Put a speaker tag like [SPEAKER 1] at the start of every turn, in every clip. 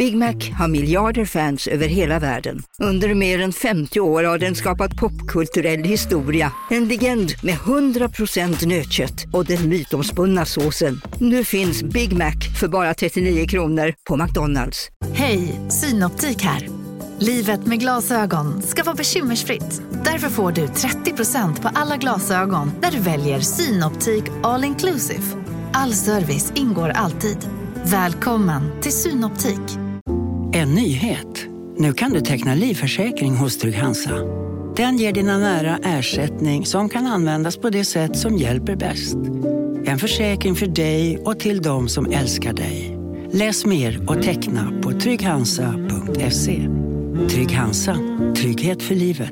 [SPEAKER 1] Big Mac har miljarder fans över hela världen. Under mer än 50 år har den skapat popkulturell historia. En legend med 100% nötkött och den mytomspunna såsen. Nu finns Big Mac för bara 39 kronor på McDonald's.
[SPEAKER 2] Hej, Synoptik här. Livet med glasögon ska vara bekymmersfritt. Därför får du 30% på alla glasögon när du väljer Synoptik All Inclusive. All service ingår alltid. Välkommen till Synoptik.
[SPEAKER 3] En nyhet. Nu kan du teckna livförsäkring hos Trygg-Hansa. Den ger dina nära ersättning som kan användas på det sätt som hjälper bäst. En försäkring för dig och till de som älskar dig. Läs mer och teckna på trygghansa.se. Trygg-Hansa. Trygghet för livet.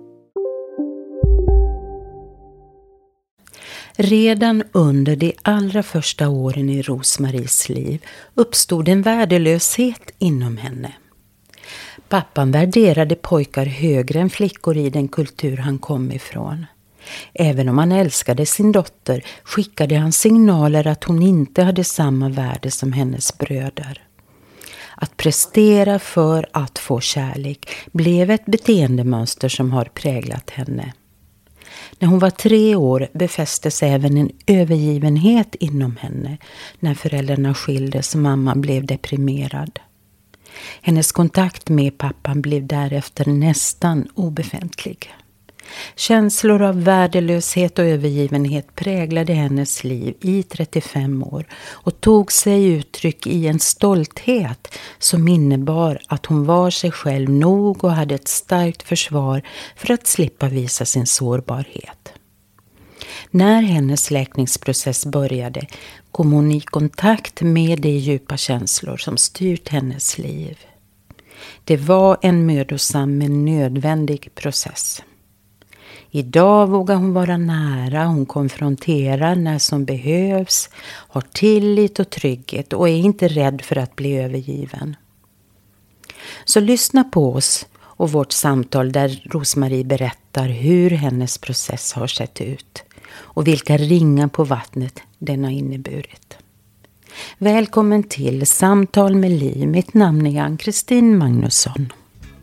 [SPEAKER 4] Redan under de allra första åren i Rosmaries liv uppstod en värdelöshet inom henne. Pappan värderade pojkar högre än flickor i den kultur han kom ifrån. Även om han älskade sin dotter skickade han signaler att hon inte hade samma värde som hennes bröder. Att prestera för att få kärlek blev ett beteendemönster som har präglat henne. När hon var 3 år befästes även en övergivenhet inom henne. När föräldrarna skildes och mamma blev deprimerad. Hennes kontakt med pappan blev därefter nästan obefintlig. Känslor av värdelöshet och övergivenhet präglade hennes liv i 35 år och tog sig uttryck i en stolthet som innebar att hon var sig själv nog och hade ett starkt försvar för att slippa visa sin sårbarhet. När hennes läkningsprocess började kom hon i kontakt med de djupa känslor som styrt hennes liv. Det var en mödosam men nödvändig process. Idag vågar hon vara nära, hon konfronterar när som behövs, har tillit och trygghet och är inte rädd för att bli övergiven. Så lyssna på oss och vårt samtal där Rosmarie berättar hur hennes process har sett ut och vilka ringar på vattnet den har inneburit. Välkommen till Samtal med Liv. Mitt namn är Ann-Kristin Magnusson.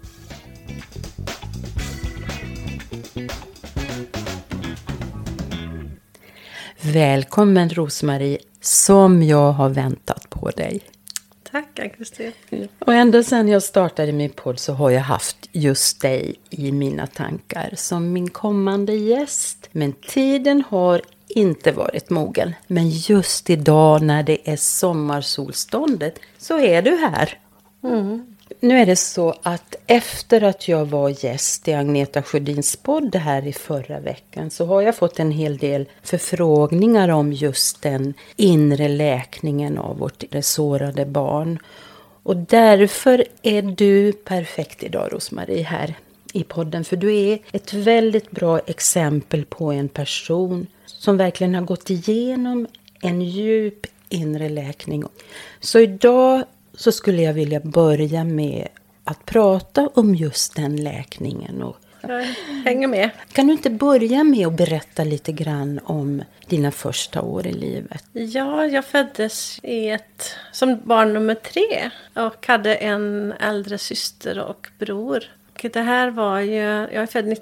[SPEAKER 4] Välkommen Rosmarie, som jag har väntat på dig.
[SPEAKER 5] Tack Ann-Kristin.
[SPEAKER 4] Och ända sedan jag startade min podd så har jag haft just dig i mina tankar som min kommande gäst. Men tiden har inte varit mogen. Men just idag när det är sommarsolståndet så är du här. Mm. Nu är det så att efter att jag var gäst i Agneta Sjödins podd här i förra veckan så har jag fått en hel del förfrågningar om just den inre läkningen av vårt sårade barn. Och därför är du perfekt idag Rosmarie här i podden. För du är ett väldigt bra exempel på en person som verkligen har gått igenom en djup inre läkning. Så idag så skulle jag vilja börja med att prata om just den läkningen.
[SPEAKER 5] Jag hänger med.
[SPEAKER 4] Kan du inte börja med att berätta lite grann om dina första år i livet?
[SPEAKER 5] Ja, jag föddes som barn nummer 3 och hade en äldre syster och bror. Och det här var jag är född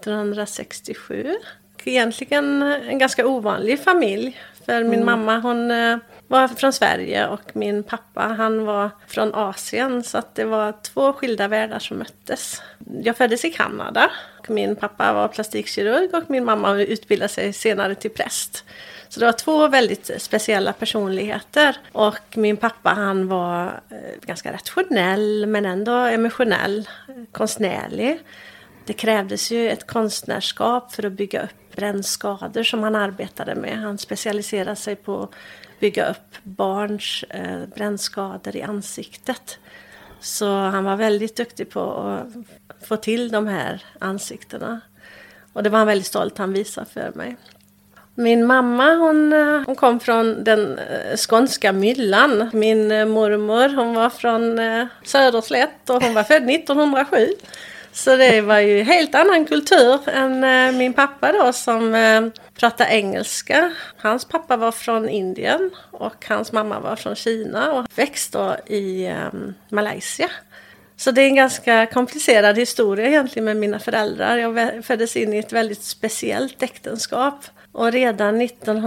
[SPEAKER 5] 1967. Egentligen en ganska ovanlig familj. För min mamma hon var från Sverige och min pappa han var från Asien. Så att det var 2 skilda världar som möttes. Jag föddes i Kanada. Min pappa var plastikkirurg och min mamma utbildade sig senare till präst. Så det var 2 väldigt speciella personligheter. Och min pappa han var ganska rationell men ändå emotionell, konstnärlig. Det krävdes ju ett konstnärskap för att bygga upp brännskador som han arbetade med. Han specialiserade sig på att bygga upp barns brännskador i ansiktet. Så han var väldigt duktig på att få till de här ansiktena. Och det var han väldigt stolt han visade för mig. Min mamma hon kom från den skånska myllan. Min mormor hon var från Söderslätt och hon var född 1907. Så det var ju helt annan kultur än min pappa då som pratade engelska. Hans pappa var från Indien och hans mamma var från Kina och växte då i Malaysia. Så det är en ganska komplicerad historia egentligen med mina föräldrar. Jag föddes in i ett väldigt speciellt äktenskap. Och redan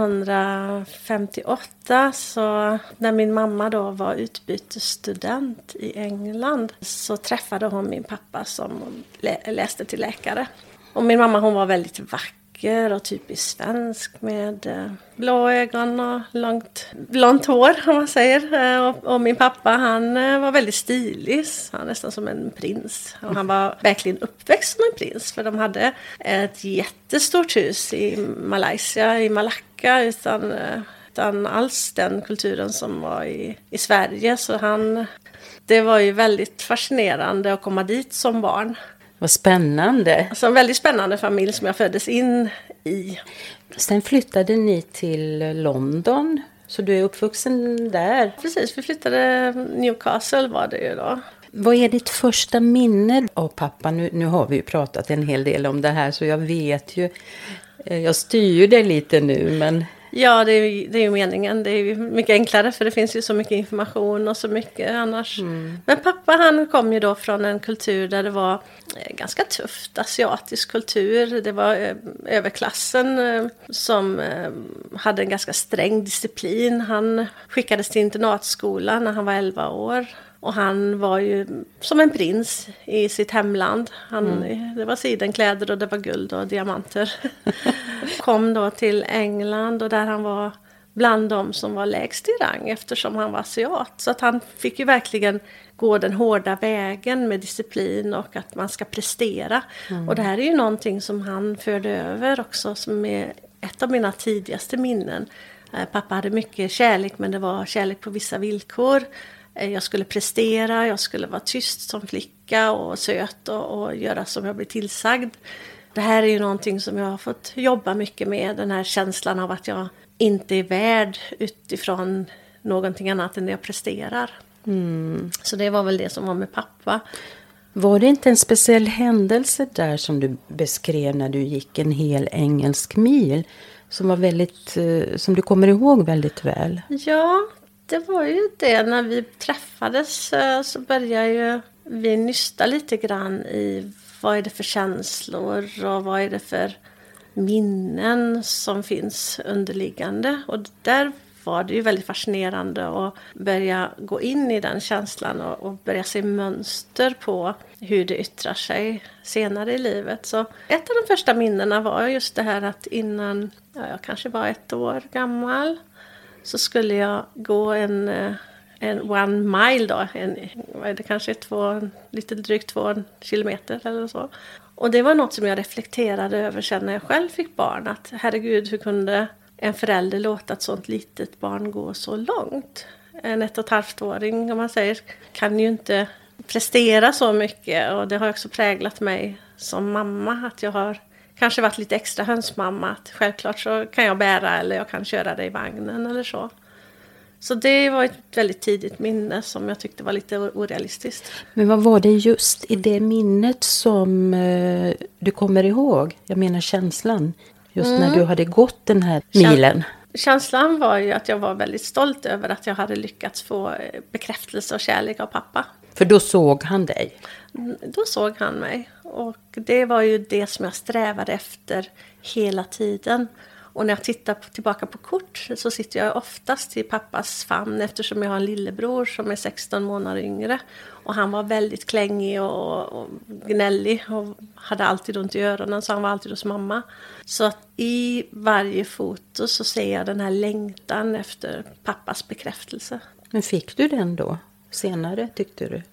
[SPEAKER 5] 1958, så när min mamma då var utbytesstudent i England, så träffade hon min pappa som läste till läkare. Och min mamma, hon var väldigt vacker och typiskt svensk med blå ögon och blont hår, om man säger. Och min pappa, han var väldigt stilig, han nästan som en prins. Och han var verkligen uppväxt som en prins, för de hade ett jättestort hus i Malaysia, i Malacca, utan alls den kulturen som var i Sverige. Så det var ju väldigt fascinerande att komma dit som barn.
[SPEAKER 4] Vad spännande.
[SPEAKER 5] Alltså en väldigt spännande familj som jag föddes in i.
[SPEAKER 4] Sen flyttade ni till London, så du är uppvuxen där.
[SPEAKER 5] Precis, vi flyttade Newcastle var det ju då.
[SPEAKER 4] Vad är ditt första minne av pappa? Nu har vi ju pratat en hel del om det här, så jag vet ju. Jag styr ju det lite nu, men...
[SPEAKER 5] Ja, det är ju meningen. Det är ju mycket enklare, för det finns ju så mycket information och så mycket annars. Men pappa, han kom ju då från en kultur där det var ganska tufft, asiatisk kultur. Det var överklassen som hade en ganska sträng disciplin. Han skickades till internatskolan när han var 11 år. Och han var ju som en prins i sitt hemland. Det var sidenkläder och det var guld och diamanter. Kom då till England och där han var bland dem som var lägst i rang eftersom han var asiat. Så att han fick ju verkligen gå den hårda vägen med disciplin och att man ska prestera. Och det här är ju någonting som han förde över också, som är ett av mina tidigaste minnen. Pappa hade mycket kärlek, men det var kärlek på vissa villkor. Jag skulle prestera, jag skulle vara tyst som flicka och söt och göra som jag blev tillsagd. Det här är ju någonting som jag har fått jobba mycket med, den här känslan av att jag inte är värd utifrån någonting annat än det jag presterar. Så det var väl det som var med pappa.
[SPEAKER 4] Var det inte en speciell händelse där som du beskrev när du gick en hel engelsk mil som var väldigt, som du kommer ihåg väldigt väl? Ja,
[SPEAKER 5] det var ju det. När vi träffades så började ju vi nysta lite grann i vad är det för känslor och vad är det för minnen som finns underliggande. Och där var det ju väldigt fascinerande att börja gå in i den känslan och börja se mönster på hur det yttrar sig senare i livet. Så ett av de första minnena var just det här att innan jag kanske var 1 år gammal så skulle jag gå en 1 mile då, kanske lite drygt 2 kilometer eller så. Och det var något som jag reflekterade över sen när jag själv fick barn, att herregud, hur kunde en förälder låta ett sånt litet barn gå så långt? En 1,5-åring, om man säger, kan ju inte prestera så mycket, och det har också präglat mig som mamma, att jag har kanske varit lite extra hönsmamma, att självklart så kan jag bära eller jag kan köra det i vagnen eller så. Så det var ett väldigt tidigt minne som jag tyckte var lite orealistiskt.
[SPEAKER 4] Men vad var det just i det minnet som du kommer ihåg? Jag menar känslan, just när du hade gått den här milen.
[SPEAKER 5] Känslan var ju att jag var väldigt stolt över att jag hade lyckats få bekräftelse och kärlek av pappa.
[SPEAKER 4] För då såg han dig?
[SPEAKER 5] Då såg han mig. Och det var ju det som jag strävade efter hela tiden. Och när jag tittar tillbaka på kort så sitter jag oftast i pappas famn, eftersom jag har en lillebror som är 16 månader yngre. Och han var väldigt klängig och gnällig och hade alltid ont i öronen, så han var alltid hos mamma. Så att i varje foto så ser jag den här längtan efter pappas bekräftelse.
[SPEAKER 4] Men fick du den då senare, tyckte du?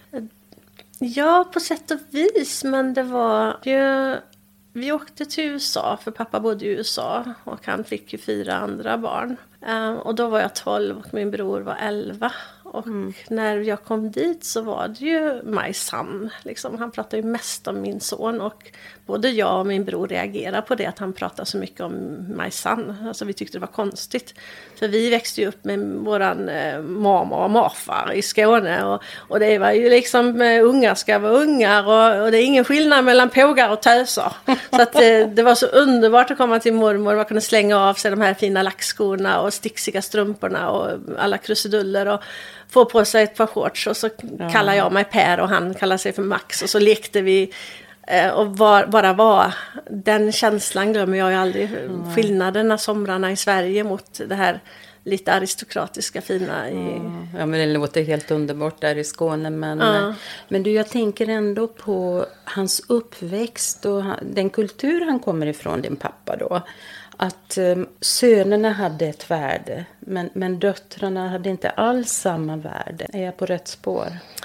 [SPEAKER 5] Ja, på sätt och vis, men det var ju... Vi åkte till USA, för pappa bodde i USA och han fick ju 4 andra barn. Och då var jag 12 och min bror var 11. Och när jag kom dit så var det ju my son. Liksom. Han pratade ju mest om min son. Och både jag och min bror reagerade på det. Att han pratade så mycket om my son. Alltså vi tyckte det var konstigt. För vi växte ju upp med våran mamma och morfar i Skåne. Och det var ju liksom ungar ska vara ungar. Och det är ingen skillnad mellan pågar och tösar. Så att det var så underbart att komma till mormor. Man kunde slänga av sig de här fina lackskorna och sticksiga strumporna och alla krusiduller och få på sig ett par shorts och så kallar jag mig Per och han kallar sig för Max och så lekte vi och bara var den känslan glömmer jag ju aldrig. Skillnaderna somrarna i Sverige mot det här lite aristokratiska fina
[SPEAKER 4] Ja, men det låter helt underbart där i Skåne. Men du, jag tänker ändå på hans uppväxt och den kultur han kommer ifrån, din pappa då. Att sönerna hade ett värde, men döttrarna hade inte alls samma värde. Är jag på rätt spår?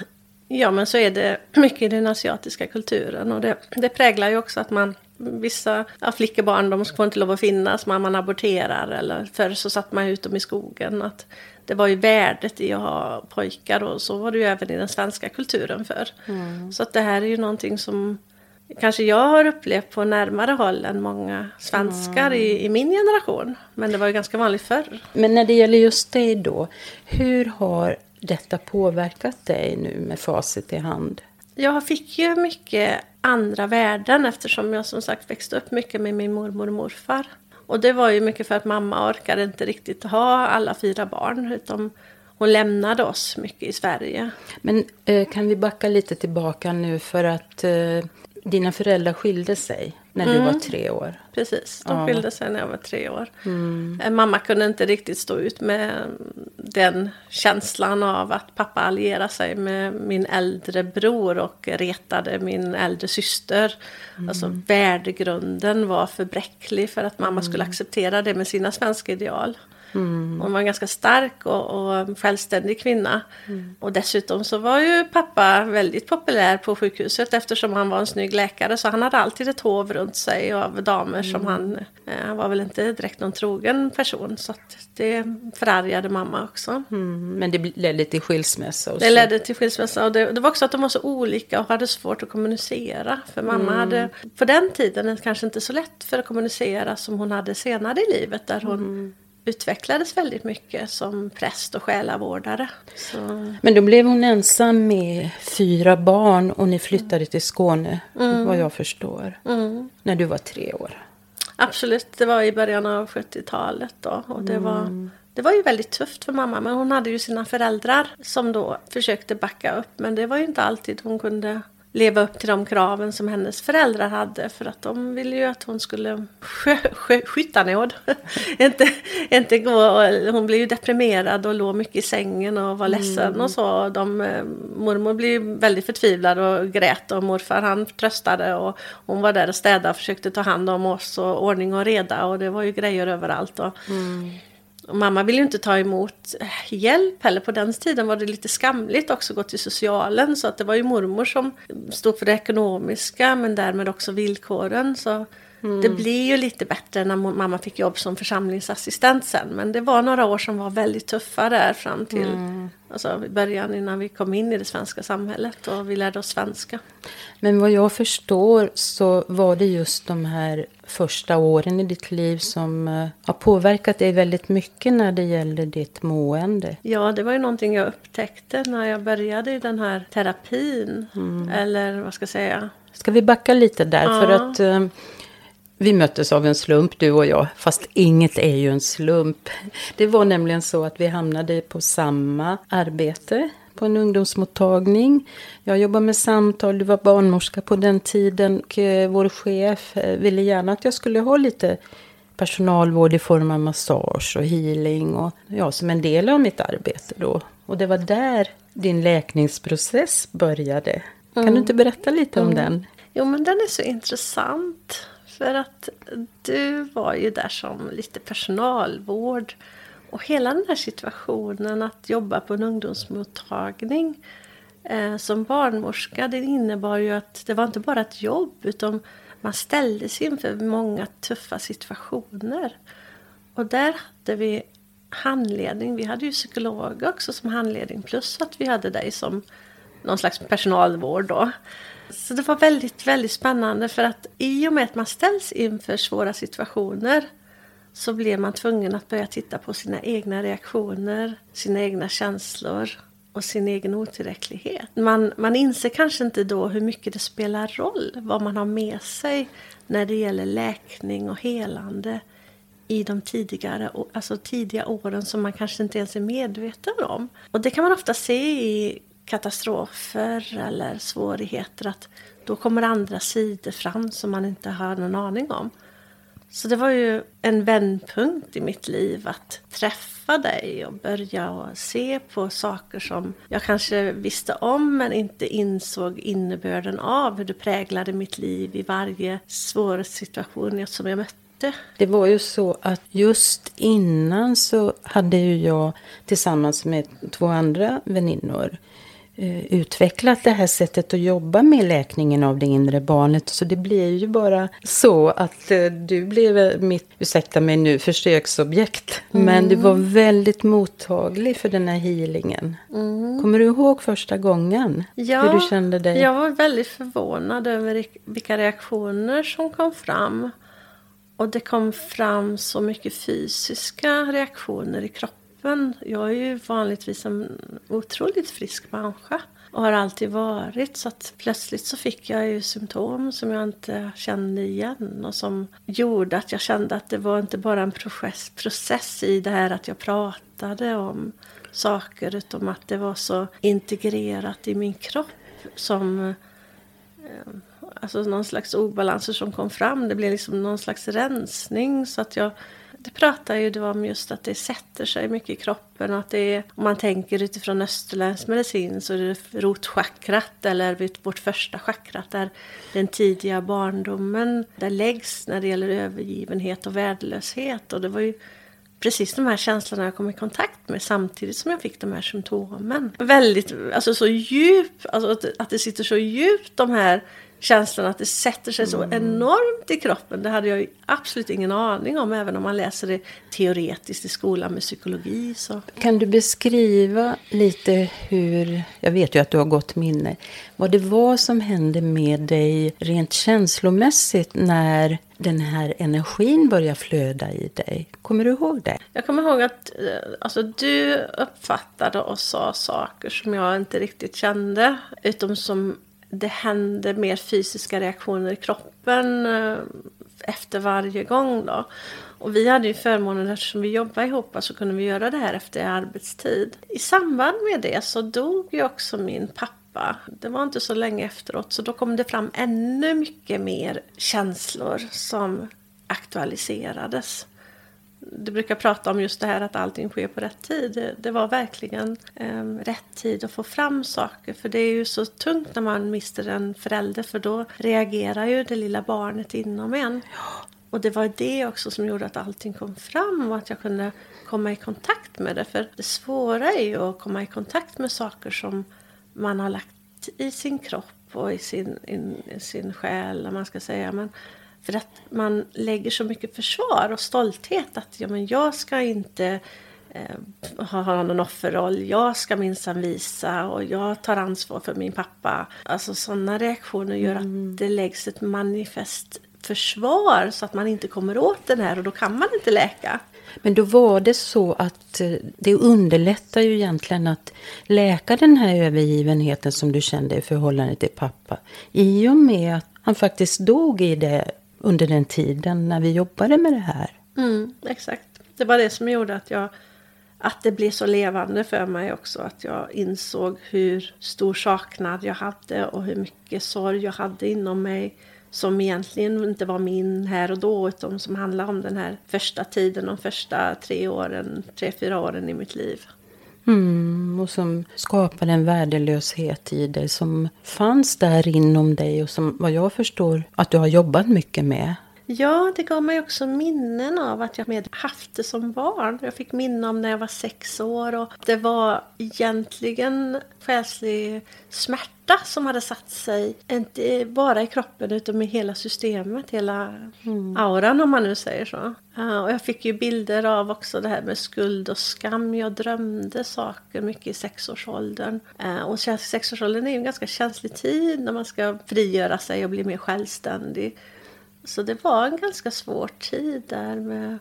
[SPEAKER 5] Ja, men så är det mycket i den asiatiska kulturen. Och det präglar ju också att vissa flickebarn, de får inte lov att finnas, man aborterar. Eller förr så satt man ut dem i skogen. Att det var ju värdet i att ha pojkar och så var det ju även i den svenska kulturen förr. Så att det här är ju någonting som kanske jag har upplevt på närmare håll än många svenskar i min generation. Men det var ju ganska vanligt förr.
[SPEAKER 4] Men när det gäller just dig då, hur har detta påverkat dig nu med facit i hand?
[SPEAKER 5] Jag fick ju mycket andra värden eftersom jag som sagt växte upp mycket med min mormor och morfar. Och det var ju mycket för att mamma orkade inte riktigt ha alla 4 barn utan hon lämnade oss mycket i Sverige.
[SPEAKER 4] Men kan vi backa lite tillbaka nu för att dina föräldrar skilde sig när du var 3 år?
[SPEAKER 5] Precis, de skilde sig när jag var 3 år. Mamma kunde inte riktigt stå ut med den känslan av att pappa allierade sig med min äldre bror och retade min äldre syster. Alltså värdegrunden var för bräcklig för att mamma skulle acceptera det med sina svenska ideal. Hon var en ganska stark och självständig kvinna. Och dessutom så var ju pappa väldigt populär på sjukhuset eftersom han var en snygg läkare. Så han hade alltid ett hov runt sig av damer som han var väl inte direkt någon trogen person. Så att det förargade mamma också.
[SPEAKER 4] Men det ledde till skilsmässa också.
[SPEAKER 5] Det ledde till skilsmässa och det var också att de var så olika och hade svårt att kommunicera. För mamma hade på den tiden kanske inte så lätt för att kommunicera som hon hade senare i livet där hon utvecklades väldigt mycket som präst och själavårdare. Så.
[SPEAKER 4] Men då blev hon ensam med 4 barn och ni flyttade till Skåne, vad jag förstår, när du var 3 år.
[SPEAKER 5] Absolut, det var i början av 70-talet då. Och det var ju väldigt tufft för mamma, men hon hade ju sina föräldrar som då försökte backa upp. Men det var ju inte alltid hon kunde leva upp till de kraven som hennes föräldrar hade. För att de ville ju att hon skulle skytta nåd. inte gå. Hon blev ju deprimerad och låg mycket i sängen och var ledsen och så. Mormor blev väldigt förtvivlad och grät och morfar han tröstade. Och hon var där och städade och försökte ta hand om oss och ordning och reda. Och det var ju grejer överallt och mamma ville ju inte ta emot hjälp heller. På den tiden var det lite skamligt också att gå till socialen. Så att det var ju mormor som stod för det ekonomiska men därmed också villkoren. Så det blev ju lite bättre när mamma fick jobb som församlingsassistent sen. Men det var några år som var väldigt tuffa där fram till i början innan vi kom in i det svenska samhället och vi lärde oss svenska.
[SPEAKER 4] Men vad jag förstår så var det just de här första åren i ditt liv som har påverkat dig väldigt mycket när det gäller ditt mående.
[SPEAKER 5] Ja, det var ju någonting jag upptäckte när jag började i den här terapin. Eller vad ska jag säga?
[SPEAKER 4] Ska vi backa lite där för att vi möttes av en slump, du och jag, fast inget är ju en slump. Det var nämligen så att vi hamnade på samma arbete på en ungdomsmottagning. Jag jobbade med samtal, du var barnmorska på den tiden och vår chef ville gärna att jag skulle ha lite personalvård i form av massage och healing och som en del av mitt arbete då. Och det var där din läkningsprocess började. Kan du inte berätta lite om den?
[SPEAKER 5] Jo, men den är så intressant. För att du var ju där som lite personalvård. Och hela den här situationen att jobba på en ungdomsmottagning som barnmorska, det innebar ju att det var inte bara ett jobb utan man ställdes inför många tuffa situationer. Och där hade vi handledning. Vi hade ju psykolog också som handledning. Plus att vi hade dig som någon slags personalvård då. Så det var väldigt, väldigt spännande. För att i och med att man ställs inför svåra situationer så blir man tvungen att börja titta på sina egna reaktioner, sina egna känslor och sin egen otillräcklighet. Man inser kanske inte då hur mycket det spelar roll vad man har med sig när det gäller läkning och helande i de tidiga åren som man kanske inte ens är medveten om. Och det kan man ofta se i katastrofer eller svårigheter, att då kommer andra sidor fram som man inte har någon aning om. Så det var ju en vändpunkt i mitt liv att träffa dig och börja och se på saker som jag kanske visste om men inte insåg innebörden av, hur det präglade mitt liv i varje svår situation som jag mötte.
[SPEAKER 4] Det var ju så att just innan så hade ju jag tillsammans med 2 andra väninnor utvecklat det här sättet att jobba med läkningen av det inre barnet. Så det blev ju bara så att du blev mitt, ursäkta mig nu, försöksobjekt. Men du var väldigt mottaglig för den här healingen. Kommer du ihåg första gången hur du kände dig?
[SPEAKER 5] Jag var väldigt förvånad över vilka reaktioner som kom fram. Och det kom fram så mycket fysiska reaktioner i kroppen. Jag är ju vanligtvis en otroligt frisk människa och har alltid varit, så att plötsligt så fick jag ju symptom som jag inte kände igen och som gjorde att jag kände att det var inte bara en process i det här att jag pratade om saker, utan att det var så integrerat i min kropp som alltså någon slags obalanser som kom fram. Det blev liksom någon slags rensning, så att det pratar ju om just att det sätter sig mycket i kroppen, och att det är, om man tänker utifrån österländsk medicin, så är det rotchakrat eller vårt första chakrat där den tidiga barndomen där läggs när det gäller övergivenhet och värdelöshet. Och det var ju precis de här känslorna jag kom i kontakt med samtidigt som jag fick de här symptomen. Väldigt, alltså så djup, alltså att det sitter så djupt de här känslan, att det sätter sig så enormt i kroppen. Det hade jag ju absolut ingen aning om, även om man läser det teoretiskt i skolan med psykologi. Så.
[SPEAKER 4] Kan du beskriva lite hur, jag vet ju att du har gott minne, vad det var som hände med dig rent känslomässigt när den här energin börjar flöda i dig? Kommer du ihåg det?
[SPEAKER 5] Jag kommer ihåg att alltså, du uppfattade och sa saker som jag inte riktigt kände, utom som det hände mer fysiska reaktioner i kroppen efter varje gång då. Och vi hade ju förmånen, eftersom vi jobbade ihop, så kunde vi göra det här efter arbetstid. I samband med det så dog ju också min pappa. Det var inte så länge efteråt, så då kom det fram ännu mycket mer känslor som aktualiserades. Du brukar prata om just det här att allting sker på rätt tid. Det var verkligen rätt tid att få fram saker. För det är ju så tungt när man mister en förälder. För då reagerar ju det lilla barnet inom en. Och det var det också som gjorde att allting kom fram. Och att jag kunde komma i kontakt med det. För det svåra är ju att komma i kontakt med saker som man har lagt i sin kropp och i sin själ, om man ska säga. Men för att man lägger så mycket försvar och stolthet att jag ska inte ha någon offerroll. Jag ska minsann visa och jag tar ansvar för min pappa. Alltså sådana reaktioner gör att det läggs ett manifest försvar så att man inte kommer åt den här, och då kan man inte läka.
[SPEAKER 4] Men då var det så att det underlättar ju egentligen att läka den här övergivenheten som du kände i förhållande till pappa. I och med att han faktiskt dog i det under den tiden när vi jobbade med det här.
[SPEAKER 5] Exakt. Det var det som gjorde att det blev så levande för mig också. Att jag insåg hur stor saknad jag hade och hur mycket sorg jag hade inom mig. Som egentligen inte var min här och då, utan som handlade om den här första tiden, de första 3-4 åren i mitt liv.
[SPEAKER 4] Och som skapade en värdelöshet i dig som fanns där inom dig och som, vad jag förstår, att du har jobbat mycket med.
[SPEAKER 5] Ja, det gav mig också minnen av att jag med haft det som barn. Jag fick minne om när jag var 6 år och det var egentligen själslig smärta som hade satt sig, inte bara i kroppen utan i hela systemet, hela auran om man nu säger så. Och jag fick ju bilder av också det här med skuld och skam. Jag drömde saker mycket i 6-årsåldern. Och 6-årsåldern är ju en ganska känslig tid när man ska frigöra sig och bli mer självständig. Så det var en ganska svår tid där med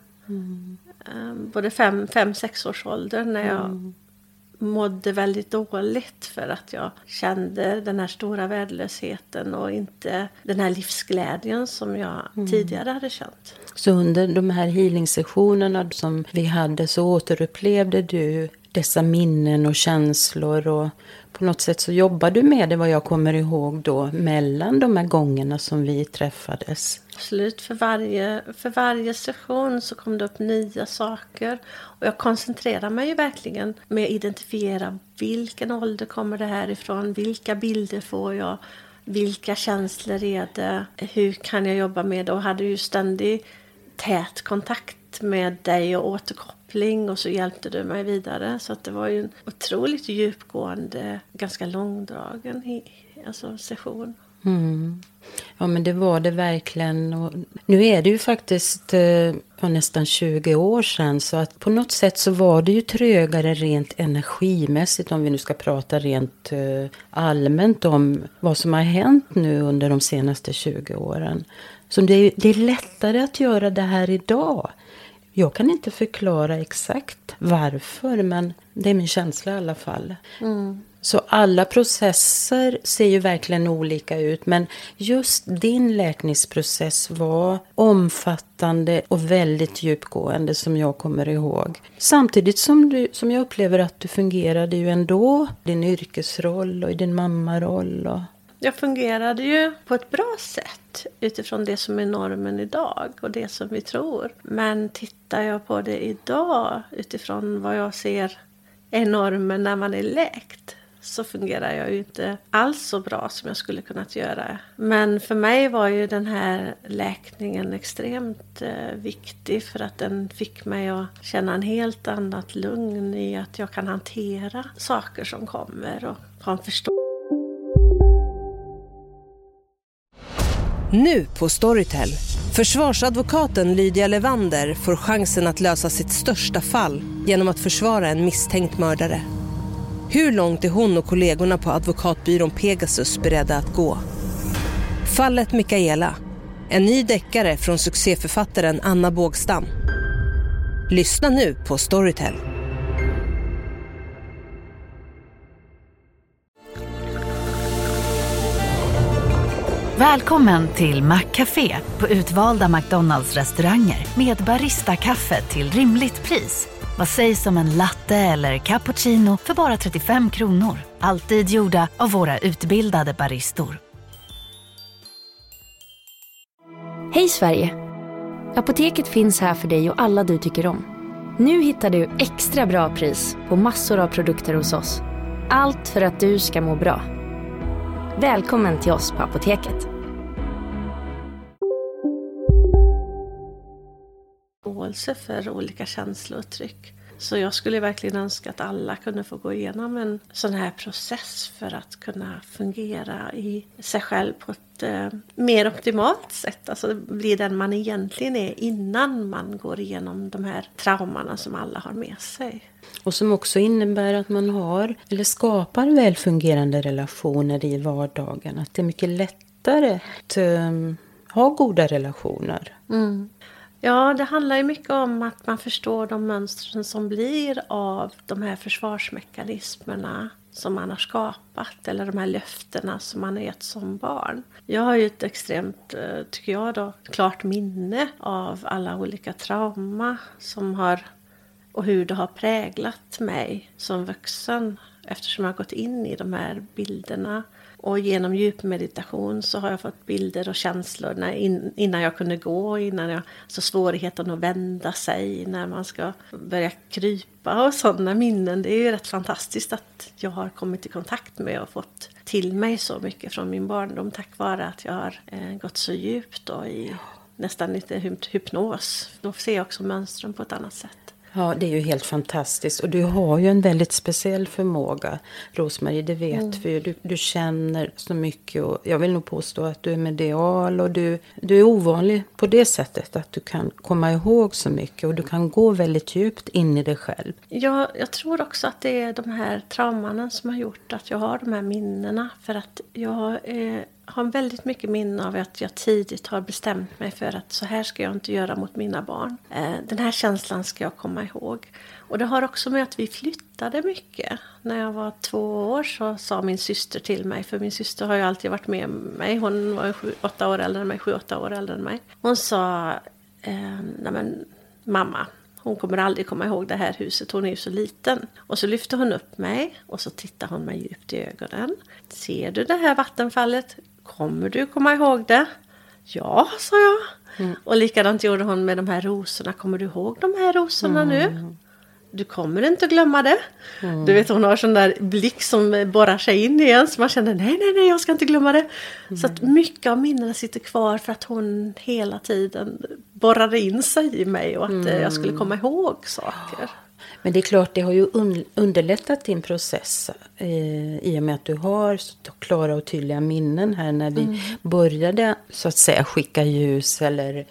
[SPEAKER 5] både 5-6-årsåldern när jag mådde väldigt dåligt för att jag kände den här stora värdelösheten och inte den här livsglädjen som jag tidigare hade känt.
[SPEAKER 4] Så under de här healing-sessionerna som vi hade så återupplevde du dessa minnen och känslor och på något sätt så jobbade du med det, vad jag kommer ihåg då, mellan de här gångerna som vi träffades.
[SPEAKER 5] Absolut, för varje session så kom det upp nya saker och jag koncentrerar mig ju verkligen med att identifiera vilken ålder kommer det här ifrån, vilka bilder får jag, vilka känslor är det, hur kan jag jobba med det, och hade ju ständig tät kontakt med dig och återkoppling och så hjälpte du mig vidare. Så att det var ju en otroligt djupgående, ganska långdragen session.
[SPEAKER 4] Ja, men det var det verkligen. Och nu är det ju faktiskt nästan 20 år sedan, så att på något sätt så var det ju trögare rent energimässigt, om vi nu ska prata rent allmänt om vad som har hänt nu under de senaste 20 åren. Så det är lättare att göra det här idag. Jag kan inte förklara exakt varför, men det är min känsla i alla fall. Så alla processer ser ju verkligen olika ut, men just din läkningsprocess var omfattande och väldigt djupgående som jag kommer ihåg. Samtidigt som jag upplever att du fungerade ju ändå i din yrkesroll och i din mammaroll.
[SPEAKER 5] Jag fungerade ju på ett bra sätt utifrån det som är normen idag och det som vi tror. Men tittar jag på det idag utifrån vad jag ser är normen när man är läkt, så fungerar jag ju inte alls så bra som jag skulle kunnat göra. Men för mig var ju den här läkningen extremt viktig, för att den fick mig att känna en helt annat lugn i att jag kan hantera saker som kommer och ha en förståelse.
[SPEAKER 6] Nu på Storytel. Försvarsadvokaten Lydia Levander får chansen att lösa sitt största fall genom att försvara en misstänkt mördare. Hur långt är hon och kollegorna på advokatbyrån Pegasus beredda att gå? Fallet Mikaela. En ny deckare från succéförfattaren Anna Bågstam. Lyssna nu på Storytel.
[SPEAKER 2] Välkommen till Maccafé på utvalda McDonalds-restauranger med barista-kaffe till rimligt pris. Vad sägs om en latte eller cappuccino för bara 35 kronor? Alltid gjorda av våra utbildade baristor.
[SPEAKER 7] Hej Sverige! Apoteket finns här för dig och alla du tycker om. Nu hittar du extra bra pris på massor av produkter hos oss. Allt för att du ska må bra. Välkommen till oss på Apoteket.
[SPEAKER 5] För olika känslouttryck. Så jag skulle verkligen önska att alla kunde få gå igenom en sån här process för att kunna fungera i sig själv på ett mer optimalt sätt. Alltså bli den man egentligen är innan man går igenom de här traumorna som alla har med sig.
[SPEAKER 4] Och som också innebär att man har eller skapar välfungerande relationer i vardagen. Att det är mycket lättare att ha goda relationer.
[SPEAKER 5] Ja, det handlar ju mycket om att man förstår de mönstren som blir av de här försvarsmekanismerna som man har skapat, eller de här löftena som man har gett som barn. Jag har ju ett extremt, tycker jag då, klart minne av alla olika trauma som har, och hur det har präglat mig som vuxen, eftersom jag har gått in i de här bilderna. Och genom djupmeditation så har jag fått bilder och känslor innan jag kunde gå, så svårigheten att vända sig när man ska börja krypa och sådana minnen. Det är ju rätt fantastiskt att jag har kommit i kontakt med och fått till mig så mycket från min barndom tack vare att jag har gått så djupt då nästan lite hypnos. Då ser jag också mönstren på ett annat sätt.
[SPEAKER 4] Ja, det är ju helt fantastiskt. Och du har ju en väldigt speciell förmåga, Rosmarie, det vet vi ju. Du känner så mycket och jag vill nog påstå att du är medial och du är ovanlig på det sättet att du kan komma ihåg så mycket och du kan gå väldigt djupt in i dig själv.
[SPEAKER 5] Ja, jag tror också att det är de här traumanen som har gjort att jag har de här minnena. För att jag har väldigt mycket minne av att jag tidigt har bestämt mig för att så här ska jag inte göra mot mina barn. Den här känslan ska jag komma ihåg. Och det har också med att vi flyttade mycket. När jag var 2 år så sa min syster till mig, för min syster har ju alltid varit med mig. Hon var 7-8 år äldre än mig, 7-8 år äldre än mig. Hon sa, nej men mamma, hon kommer aldrig komma ihåg det här huset, hon är ju så liten. Och så lyfte hon upp mig och så tittade hon mig djupt i ögonen. Ser du det här vattenfallet? Kommer du komma ihåg det? Ja, sa jag. Och likadant gjorde hon med de här rosorna. Kommer du ihåg de här rosorna nu? Du kommer inte att glömma det. Du vet, hon har sån där blick som borrar sig in igen. Så man känner, nej, jag ska inte glömma det. Så att mycket av minnena sitter kvar för att hon hela tiden borrade in sig i mig. Och att jag skulle komma ihåg saker.
[SPEAKER 4] Men det är klart, det har ju underlättat din process i och med att du har så klara och tydliga minnen här när vi började så att säga skicka ljus eller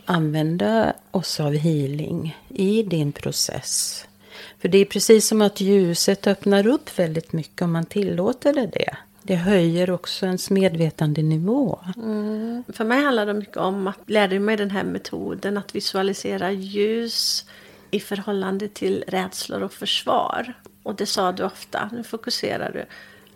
[SPEAKER 4] använda oss av healing i din process. För det är precis som att ljuset öppnar upp väldigt mycket om man tillåter det. Det höjer också ens medvetandenivå.
[SPEAKER 5] För mig handlar det mycket om att lära mig den här metoden att visualisera ljus i förhållande till rädslor och försvar. Och det sa du ofta, nu fokuserar du.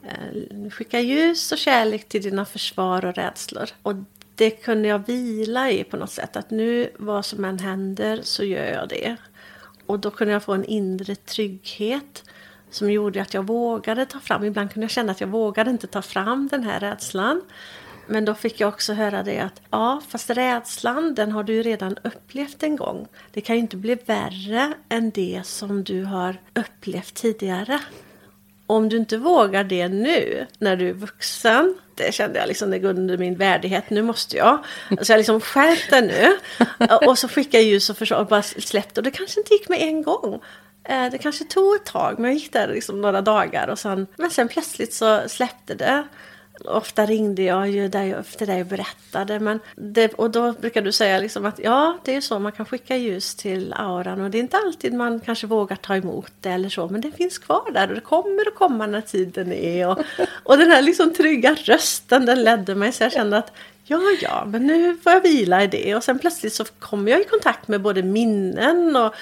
[SPEAKER 5] Skicka ljus och kärlek till dina försvar och rädslor. Och det kunde jag vila i på något sätt. Att nu vad som än händer så gör jag det. Och då kunde jag få en inre trygghet som gjorde att jag vågade ta fram. Ibland kunde jag känna att jag vågade inte ta fram den här rädslan. Men då fick jag också höra det att ja, fast rädslan den har du ju redan upplevt en gång. Det kan ju inte bli värre än det som du har upplevt tidigare. Om du inte vågar det nu när du är vuxen, det kände jag liksom det går under min värdighet, nu måste jag. Så jag liksom skärpte nu och så skickade jag ljus och försvar och bara släppte. Och det kanske inte gick med en gång. Det kanske tog ett tag, men jag gick där liksom några dagar och men sen plötsligt så släppte det. Ofta ringde jag ju efter dig och berättade. Och då brukar du säga liksom att ja, det är så man kan skicka ljus till auran. Och det är inte alltid man kanske vågar ta emot det eller så. Men det finns kvar där och det kommer att komma när tiden är. Och den här liksom trygga rösten, den ledde mig. Så jag kände att ja, men nu får jag vila i det. Och sen plötsligt så kom jag i kontakt med både minnen och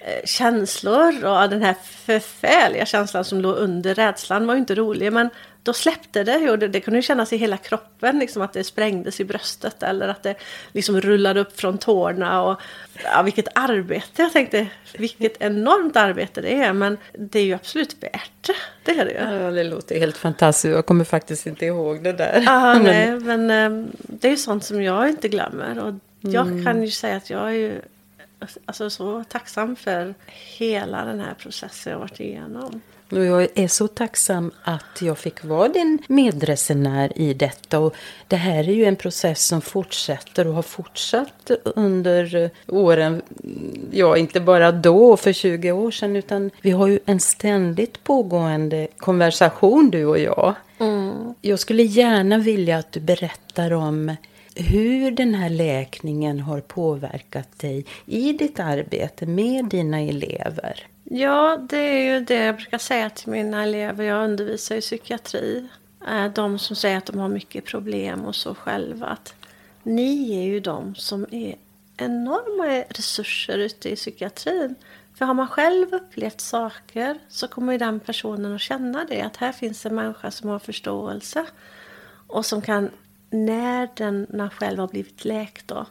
[SPEAKER 5] känslor. Och den här förfärliga känslan som låg under rädslan var ju inte rolig, men då släppte det och det kunde ju kännas i hela kroppen liksom att det sprängdes i bröstet eller att det liksom rullade upp från tårna och ja, vilket arbete, jag tänkte vilket enormt arbete det är, men det är ju absolut värt det, det är det ju.
[SPEAKER 4] Ja, det låter helt fantastiskt, jag kommer faktiskt inte ihåg det där.
[SPEAKER 5] Nej, men det är ju sånt som jag inte glömmer och jag kan ju säga att jag är ju alltså så tacksam för hela den här processen jag har varit igenom.
[SPEAKER 4] Och jag är så tacksam att jag fick vara din medresenär i detta. Och det här är ju en process som fortsätter och har fortsatt under åren. Ja, inte bara då för 20 år sedan, utan vi har ju en ständigt pågående konversation, du och jag. Jag skulle gärna vilja att du berättar om hur den här läkningen har påverkat dig i ditt arbete med dina elever.
[SPEAKER 5] Ja, det är ju det jag brukar säga till mina elever. Jag undervisar i psykiatri. De som säger att de har mycket problem och så själva. Att ni är ju de som är enorma resurser ute i psykiatrin. För har man själv upplevt saker så kommer ju den personen att känna det. Att här finns en människa som har förståelse. Och som kan, när den själv har blivit läkt då,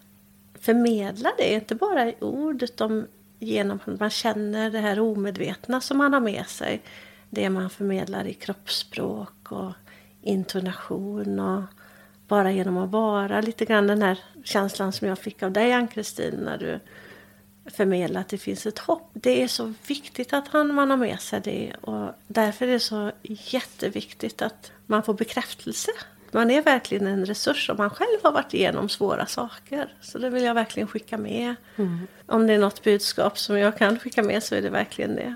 [SPEAKER 5] förmedla det. Inte bara i ord utan genom att man känner det här omedvetna som man har med sig. Det man förmedlar i kroppsspråk och intonation och bara genom att vara lite grann den här känslan som jag fick av dig, Ann-Kristin, när du förmedlar att det finns ett hopp. Det är så viktigt att man har med sig det och därför är det så jätteviktigt att man får bekräftelse man är verkligen en resurs om man själv har varit igenom svåra saker. Så det vill jag verkligen skicka med. Om det är något budskap som jag kan skicka med så är det verkligen det.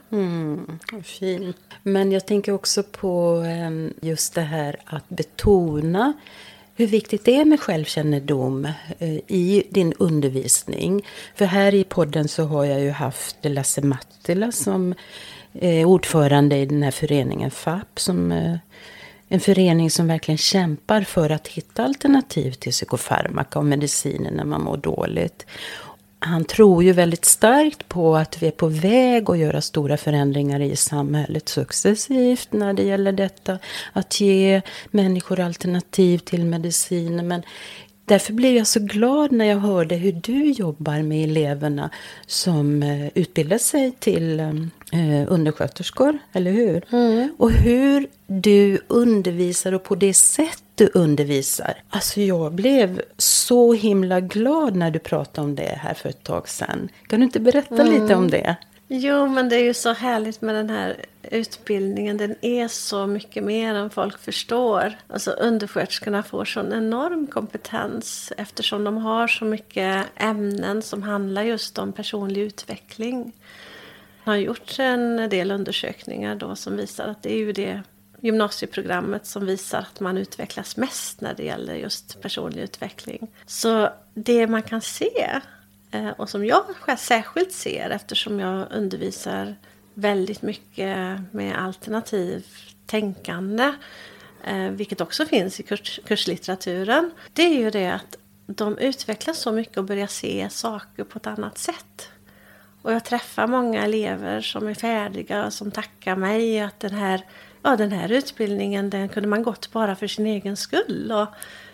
[SPEAKER 4] Fint. Men jag tänker också på just det här att betona hur viktigt det är med självkännedom i din undervisning. För här i podden så har jag ju haft Lasse Mattila som ordförande i den här föreningen FAP, som en förening som verkligen kämpar för att hitta alternativ till psykofarmaka och mediciner när man mår dåligt. Han tror ju väldigt starkt på att vi är på väg att göra stora förändringar i samhället successivt när det gäller detta. Att ge människor alternativ till mediciner. Men därför blev jag så glad när jag hörde hur du jobbar med eleverna som utbildar sig till undersköterskor, eller hur? Och hur du undervisar och på det sätt du undervisar. Alltså jag blev så himla glad när du pratade om det här för ett tag sedan. Kan du inte berätta lite om det?
[SPEAKER 5] Jo, men det är ju så härligt med den här utbildningen. Den är så mycket mer än folk förstår. Alltså undersköterskorna får sån enorm kompetens eftersom de har så mycket ämnen som handlar just om personlig utveckling. Det har gjort en del undersökningar då som visar att det är ju det gymnasieprogrammet som visar att man utvecklas mest när det gäller just personlig utveckling. Så det man kan se, och som jag särskilt ser eftersom jag undervisar väldigt mycket med alternativ tänkande, vilket också finns i kurslitteraturen, det är ju det att de utvecklas så mycket och börjar se saker på ett annat sätt. Och jag träffar många elever som är färdiga och som tackar mig att den här utbildningen den kunde man gått bara för sin egen skull. Och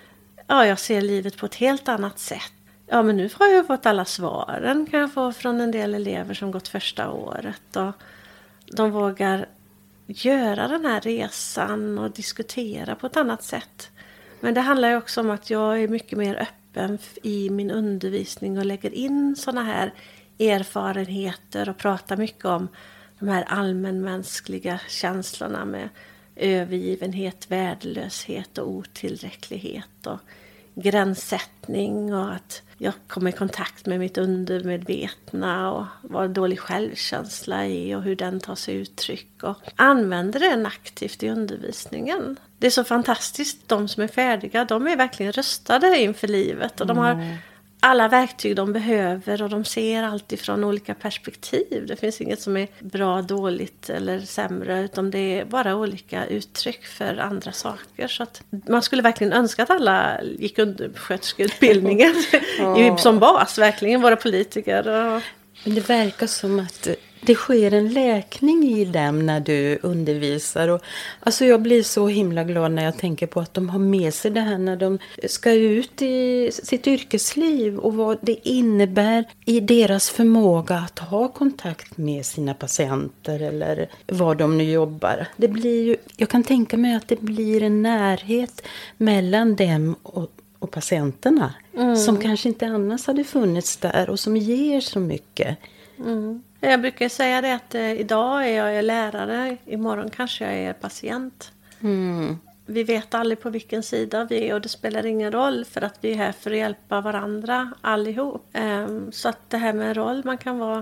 [SPEAKER 5] jag ser livet på ett helt annat sätt. Ja, men nu har jag fått alla svaren kan jag få från en del elever som gått första året. Och de vågar göra den här resan och diskutera på ett annat sätt. Men det handlar ju också om att jag är mycket mer öppen i min undervisning och lägger in såna här erfarenheter och pratar mycket om de här allmänmänskliga känslorna med övergivenhet, värdelöshet och otillräcklighet och gränssättning och att jag kommer i kontakt med mitt undermedvetna och vad dålig självkänsla är och hur den tar sig uttryck och använder den aktivt i undervisningen. Det är så fantastiskt, de som är färdiga, de är verkligen rustade inför livet och de har alla verktyg de behöver och de ser alltid från olika perspektiv. Det finns inget som är bra, dåligt eller sämre utan det är bara olika uttryck för andra saker. Så att man skulle verkligen önska att alla gick undersköterskeutbildningen som bas, verkligen våra politiker.
[SPEAKER 4] Men det verkar som att det sker en läkning i dem när du undervisar. Och, alltså jag blir så himla glad när jag tänker på att de har med sig det här när de ska ut i sitt yrkesliv. Och vad det innebär i deras förmåga att ha kontakt med sina patienter eller vad de nu jobbar. Det blir ju, jag kan tänka mig att det blir en närhet mellan dem och patienterna. Som kanske inte annars hade funnits där och som ger så mycket.
[SPEAKER 5] Jag brukar säga det att idag är jag lärare, imorgon kanske jag är patient. Vi vet aldrig på vilken sida vi är och det spelar ingen roll för att vi är här för att hjälpa varandra allihop. Så att det här med roll, man kan vara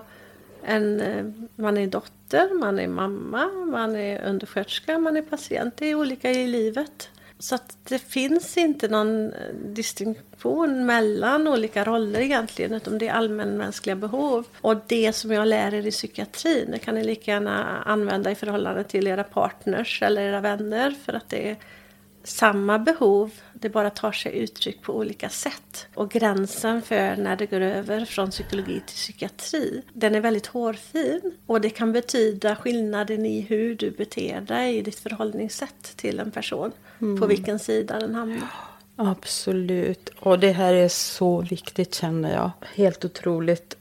[SPEAKER 5] man är dotter, man är mamma, man är undersköterska, man är patient. Det är olika i livet. Så att det finns inte någon distinktion mellan olika roller egentligen, utan det är allmänmänskliga behov. Och det som jag lär er i psykiatrin, det kan ni lika gärna använda i förhållande till era partners eller era vänner, för att det är samma behov, det bara tar sig uttryck på olika sätt. Och gränsen för när det går över från psykologi till psykiatri, den är väldigt hårfin. Och det kan betyda skillnaden i hur du beter dig i ditt förhållningssätt till en person. På vilken sida den hamnar.
[SPEAKER 4] Absolut. Och det här är så viktigt känner jag. Helt otroligt.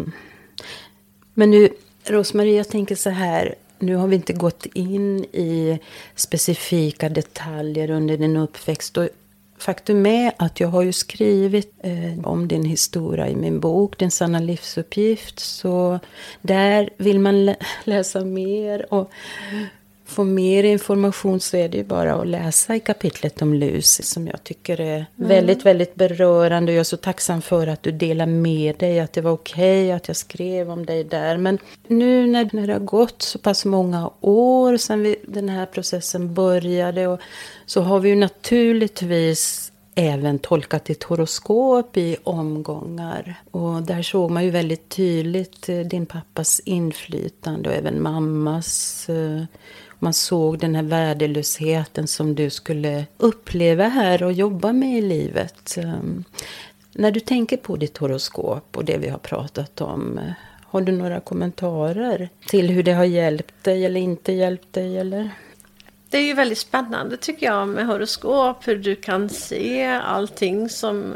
[SPEAKER 4] Men nu, Rosmarie, jag tänker så här. Nu har vi inte gått in i specifika detaljer under din uppväxt. Och faktum är att jag har ju skrivit om din historia i min bok, Din sanna livsuppgift. Så där vill man läsa mer och få mer information så är det ju bara att läsa i kapitlet om Lucy som jag tycker är väldigt, väldigt berörande. Jag är så tacksam för att du delar med dig, att det var okej att jag skrev om dig där. Men nu när det har gått så pass många år sedan den här processen började och så har vi ju naturligtvis även tolkat ditt horoskop i omgångar. Och där såg man ju väldigt tydligt din pappas inflytande och även mammas. Man såg den här värdelösheten som du skulle uppleva här och jobba med i livet. När du tänker på ditt horoskop och det vi har pratat om, har du några kommentarer till hur det har hjälpt dig eller inte hjälpt dig eller?
[SPEAKER 5] Det är ju väldigt spännande tycker jag med horoskop. Hur du kan se allting som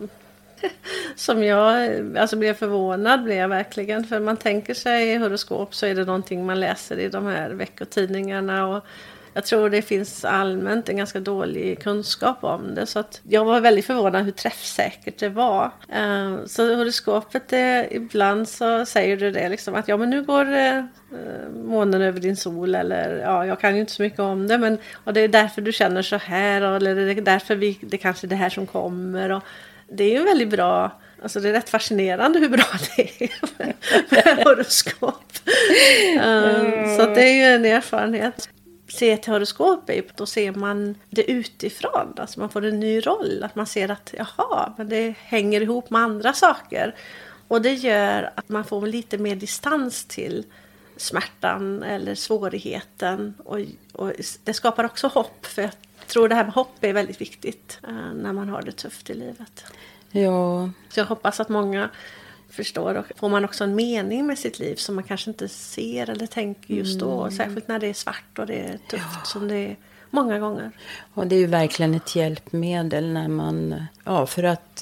[SPEAKER 5] jag blev förvånad blev jag verkligen. För man tänker sig horoskop så är det någonting man läser i de här veckotidningarna. Och jag tror det finns allmänt en ganska dålig kunskap om det. Så att jag var väldigt förvånad hur träffsäkert det var. Så horoskopet, ibland så säger du det liksom att ja men nu går månen över din sol. Eller ja, jag kan ju inte så mycket om det. Men och det är därför du känner så här. Eller det är därför det kanske är det här som kommer. Och det är ju väldigt bra. Alltså det är rätt fascinerande hur bra det är med horoskop. Så det är ju en erfarenhet. Se till horoskop, då ser man det utifrån. Alltså man får en ny roll. Att man ser att jaha, men det hänger ihop med andra saker. Och det gör att man får lite mer distans till smärtan eller svårigheten. Och det skapar också hopp. För jag tror det här med hopp är väldigt viktigt när man har det tufft i livet.
[SPEAKER 4] Ja.
[SPEAKER 5] Så jag hoppas att många förstår och får man också en mening med sitt liv som man kanske inte ser eller tänker just då. Särskilt när det är svart och det är tufft som det är många gånger.
[SPEAKER 4] Och det är ju verkligen ett hjälpmedel när man, för att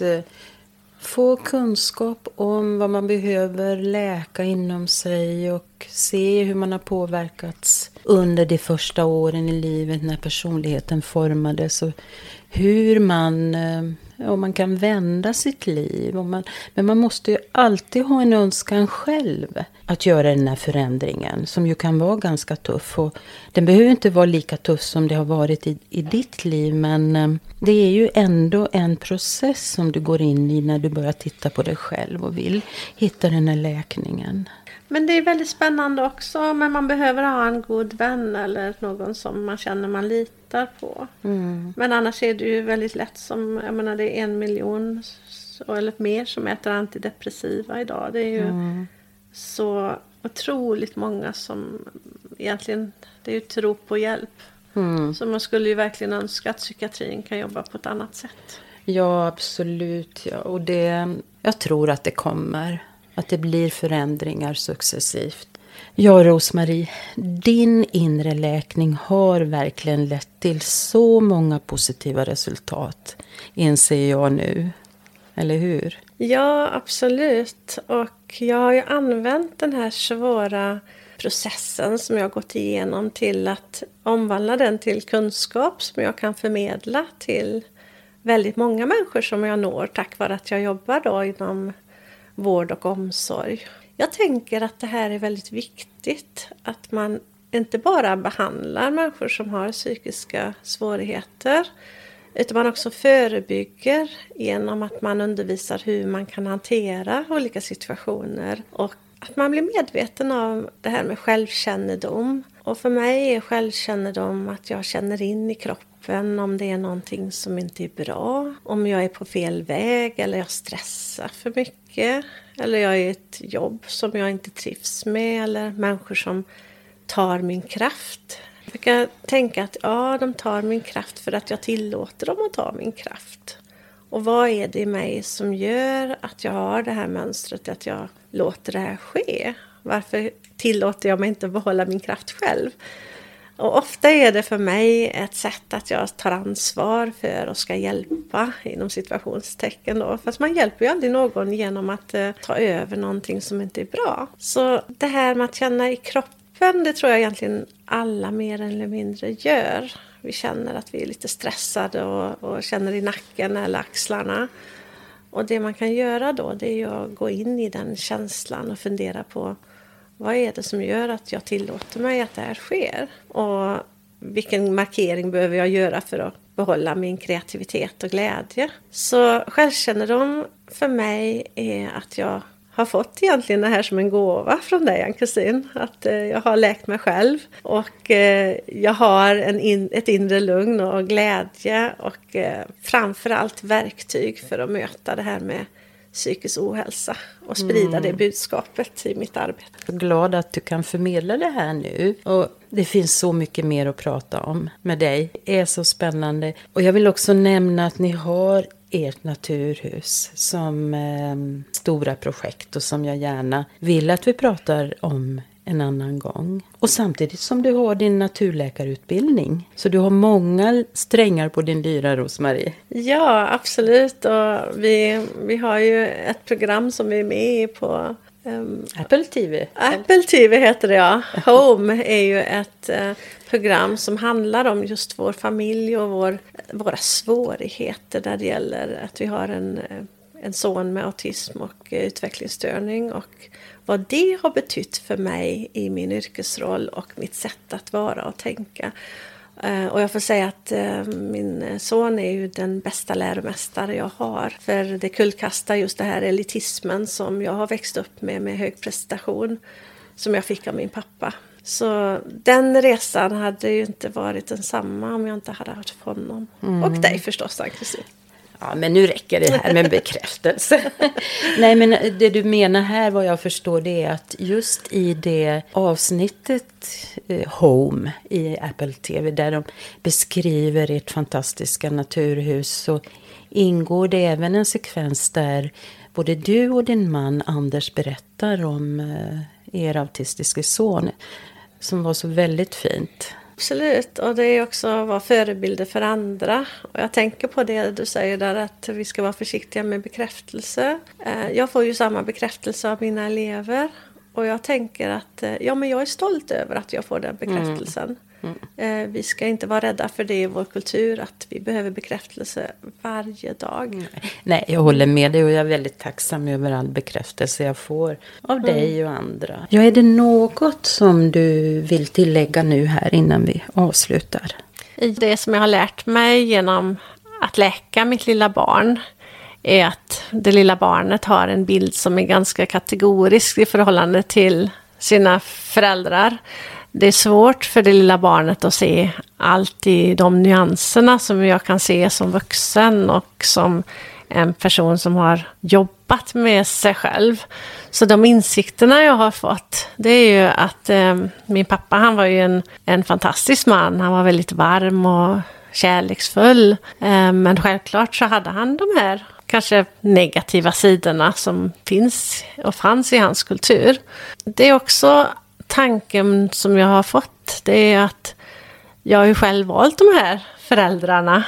[SPEAKER 4] få kunskap om vad man behöver läka inom sig och se hur man har påverkats under de första åren i livet när personligheten formades och hur man kan vända sitt liv. Men man måste ju alltid ha en önskan själv att göra den här förändringen som ju kan vara ganska tuff. Och den behöver inte vara lika tuff som det har varit i ditt liv, men det är ju ändå en process som du går in i när du börjar titta på dig själv och vill hitta den här läkningen.
[SPEAKER 5] Men det är väldigt spännande också, men man behöver ha en god vän eller någon som man känner man litar på. Men annars är det ju väldigt lätt som, jag menar det är 1 miljon eller mer som äter antidepressiva idag. Det är ju så otroligt många som egentligen, det är ju ett rop på hjälp. Så man skulle ju verkligen önska att psykiatrin kan jobba på ett annat sätt.
[SPEAKER 4] Ja, absolut. Ja. Och jag tror att det kommer. Att det blir förändringar successivt. Ja, Rose-Marie, din inre läkning har verkligen lett till så många positiva resultat, inser jag nu. Eller hur?
[SPEAKER 5] Ja, absolut. Och jag har ju använt den här svåra processen som jag har gått igenom till att omvandla den till kunskap som jag kan förmedla till väldigt många människor som jag når tack vare att jag jobbar då inom vård och omsorg. Jag tänker att det här är väldigt viktigt. Att man inte bara behandlar människor som har psykiska svårigheter. Utan man också förebygger genom att man undervisar hur man kan hantera olika situationer. Och att man blir medveten av det här med självkännedom. Och för mig är självkännedom att jag känner in i kroppen om det är någonting som inte är bra. Om jag är på fel väg eller jag stressar för mycket. Eller jag är i ett jobb som jag inte trivs med. Eller människor som tar min kraft. Jag brukar tänka att de tar min kraft för att jag tillåter dem att ta min kraft. Och vad är det i mig som gör att jag har det här mönstret, att jag låter det här ske? Varför tillåter jag mig inte behålla min kraft själv? Och ofta är det för mig ett sätt att jag tar ansvar för och ska hjälpa inom situationstecken då. Fast man hjälper ju aldrig någon genom att ta över någonting som inte är bra. Så det här med att känna i kroppen, det tror jag egentligen alla mer eller mindre gör. Vi känner att vi är lite stressade och känner i nacken eller axlarna. Och det man kan göra då, det är ju att gå in i den känslan och fundera på vad är det som gör att jag tillåter mig att det här sker? Och vilken markering behöver jag göra för att behålla min kreativitet och glädje? Så självkännedom för mig är att jag har fått egentligen det här som en gåva från dig, Ann-Kristin. Att jag har läkt mig själv och jag har ett inre lugn och glädje och framförallt verktyg för att möta det här med psykisk ohälsa och sprida det budskapet i mitt arbete.
[SPEAKER 4] Jag är glad att du kan förmedla det här nu. Och det finns så mycket mer att prata om med dig. Det är så spännande. Och jag vill också nämna att ni har ert naturhus som stora projekt och som jag gärna vill att vi pratar om en annan gång. Och samtidigt som du har din naturläkarutbildning. Så du har många strängar på din lyra, Rosmarie.
[SPEAKER 5] Ja, absolut. Och vi har ju ett program som vi är med i på
[SPEAKER 4] Apple TV.
[SPEAKER 5] Apple TV heter det, ja. Home är ju ett program som handlar om just vår familj och våra svårigheter när det gäller att vi har en son med autism och utvecklingsstörning och vad det har betytt för mig i min yrkesroll och mitt sätt att vara och tänka. Och jag får säga att min son är ju den bästa läromästare jag har. För det kullkastar just det här elitismen som jag har växt upp med hög prestation som jag fick av min pappa. Så den resan hade ju inte varit densamma om jag inte hade haft honom. Och dig förstås, Ann-Kristin.
[SPEAKER 4] Ja, men nu räcker det här med bekräftelse. Nej, men det du menar här, vad jag förstår, det är att just i det avsnittet Home i Apple TV, där de beskriver ert fantastiska naturhus, så ingår det även en sekvens där både du och din man Anders berättar om er autistiska son, som var så väldigt fint.
[SPEAKER 5] Absolut, och det är också att vara förebilder för andra. Och jag tänker på det du säger där, att vi ska vara försiktiga med bekräftelse. Jag får ju samma bekräftelse av mina elever. Och jag tänker att men jag är stolt över att jag får den bekräftelsen. Vi ska inte vara rädda för det i vår kultur, att vi behöver bekräftelse varje dag.
[SPEAKER 4] Nej, jag håller med dig och jag är väldigt tacksam över all bekräftelse jag får av dig och andra. Ja, är det något som du vill tillägga nu här innan vi avslutar?
[SPEAKER 5] I det som jag har lärt mig genom att läka mitt lilla barn är att det lilla barnet har en bild som är ganska kategorisk i förhållande till sina föräldrar. Det är svårt för det lilla barnet att se allt i de nyanserna som jag kan se som vuxen och som en person som har jobbat med sig själv. Så de insikterna jag har fått, det är ju att min pappa, han var ju en fantastisk man. Han var väldigt varm och kärleksfull. Men självklart så hade han de här kanske negativa sidorna som finns och fanns i hans kultur. Det är också tanken som jag har fått, det är att jag har ju själv valt de här föräldrarna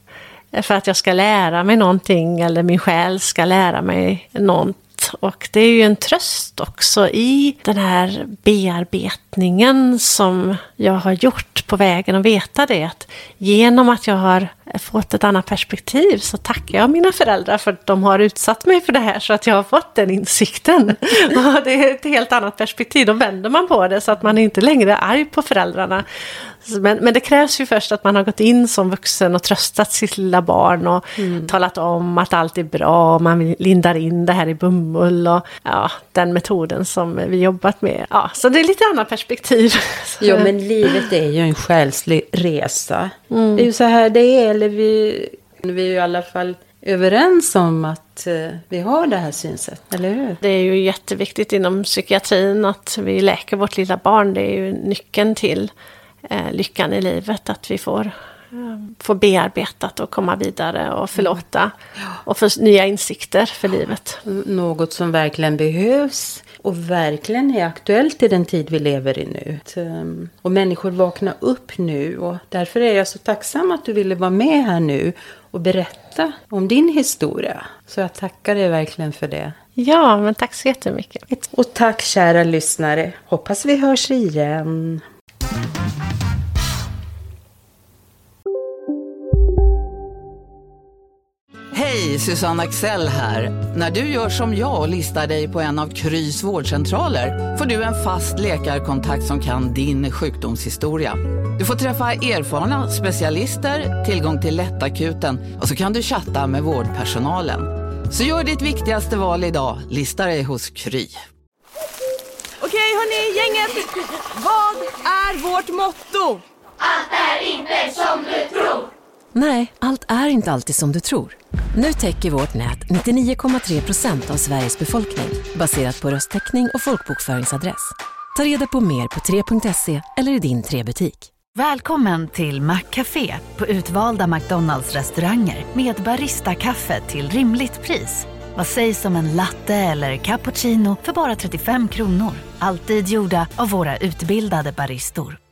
[SPEAKER 5] för att jag ska lära mig någonting eller min själ ska lära mig något. Och det är ju en tröst också i den här bearbetningen som jag har gjort på vägen och veta det. Att genom att jag har fått ett annat perspektiv så tackar jag mina föräldrar för att de har utsatt mig för det här så att jag har fått den insikten. Och det är ett helt annat perspektiv. Då vänder man på det så att man inte längre är arg på föräldrarna. Men det krävs ju först att man har gått in som vuxen och tröstat sitt lilla barn och talat om att allt är bra och man lindar in det här i bomull och den metoden som vi jobbat med. Ja, så det är lite annat perspektiv.
[SPEAKER 4] Ja, men livet är ju en själslig resa. Det är ju så här det är, eller vi är ju i alla fall överens om att vi har det här synsättet, eller hur?
[SPEAKER 5] Det är ju jätteviktigt inom psykiatrin att vi läker vårt lilla barn. Det är ju nyckeln till lyckan i livet, att vi får bearbetat och komma vidare och förlåta och få nya insikter för livet.
[SPEAKER 4] Något som verkligen behövs och verkligen är aktuellt i den tid vi lever i nu. Och människor vaknar upp nu och därför är jag så tacksam att du ville vara med här nu och berätta om din historia. Så jag tackar dig verkligen för det.
[SPEAKER 5] Ja, men tack så jättemycket.
[SPEAKER 4] Och tack kära lyssnare. Hoppas vi hörs igen.
[SPEAKER 8] Hej, Susanne Axel här. När du gör som jag och listar dig på en av Krys vårdcentraler får du en fast läkarkontakt som kan din sjukdomshistoria. Du får träffa erfarna specialister, tillgång till lättakuten och så kan du chatta med vårdpersonalen. Så gör ditt viktigaste val idag, lista dig hos Kry.
[SPEAKER 9] Okej hörni, gänget. Vad är vårt motto?
[SPEAKER 10] Allt är inte som du tror.
[SPEAKER 11] Nej, allt är inte alltid som du tror. Nu täcker vårt nät 99,3% av Sveriges befolkning baserat på röstteckning och folkbokföringsadress. Ta reda på mer på 3.se eller i din 3-butik.
[SPEAKER 2] Välkommen till Maccafé på utvalda McDonalds-restauranger med Barista-kaffe till rimligt pris. Vad sägs om en latte eller cappuccino för bara 35 kronor? Alltid gjorda av våra utbildade baristor.